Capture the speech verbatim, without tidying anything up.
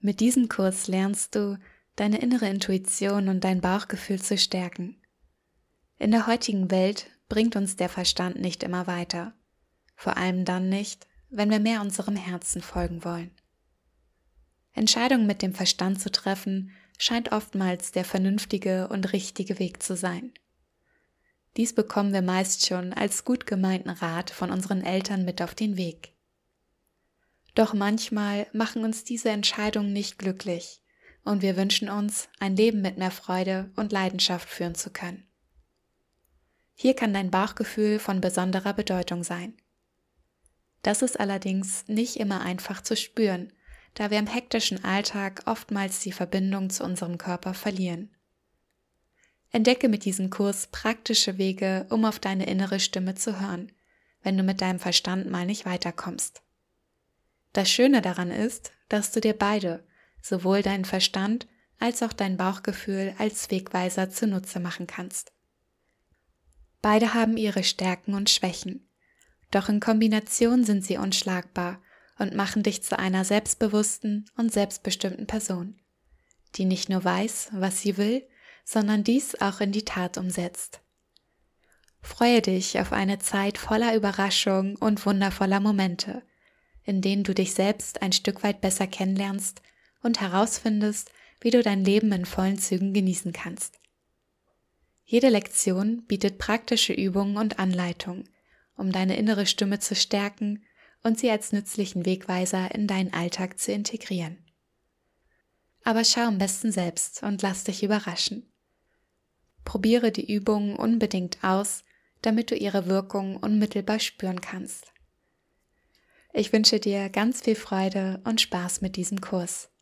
Mit diesem Kurs lernst du, deine innere Intuition und dein Bauchgefühl zu stärken. In der heutigen Welt bringt uns der Verstand nicht immer weiter, vor allem dann nicht, wenn wir mehr unserem Herzen folgen wollen. Entscheidungen mit dem Verstand zu treffen, scheint oftmals der vernünftige und richtige Weg zu sein. Dies bekommen wir meist schon als gut gemeinten Rat von unseren Eltern mit auf den Weg. Doch manchmal machen uns diese Entscheidungen nicht glücklich und wir wünschen uns, ein Leben mit mehr Freude und Leidenschaft führen zu können. Hier kann dein Bauchgefühl von besonderer Bedeutung sein. Das ist allerdings nicht immer einfach zu spüren, da wir im hektischen Alltag oftmals die Verbindung zu unserem Körper verlieren. Entdecke mit diesem Kurs praktische Wege, um auf deine innere Stimme zu hören, wenn du mit deinem Verstand mal nicht weiterkommst. Das Schöne daran ist, dass du dir beide, sowohl deinen Verstand als auch dein Bauchgefühl als Wegweiser zunutze machen kannst. Beide haben ihre Stärken und Schwächen, doch in Kombination sind sie unschlagbar und machen dich zu einer selbstbewussten und selbstbestimmten Person, die nicht nur weiß, was sie will, sondern dies auch in die Tat umsetzt. Freue dich auf eine Zeit voller Überraschung und wundervoller Momente, in denen du dich selbst ein Stück weit besser kennenlernst und herausfindest, wie du dein Leben in vollen Zügen genießen kannst. Jede Lektion bietet praktische Übungen und Anleitungen, um deine innere Stimme zu stärken und sie als nützlichen Wegweiser in deinen Alltag zu integrieren. Aber schau am besten selbst und lass dich überraschen. Probiere die Übungen unbedingt aus, damit du ihre Wirkung unmittelbar spüren kannst. Ich wünsche dir ganz viel Freude und Spaß mit diesem Kurs.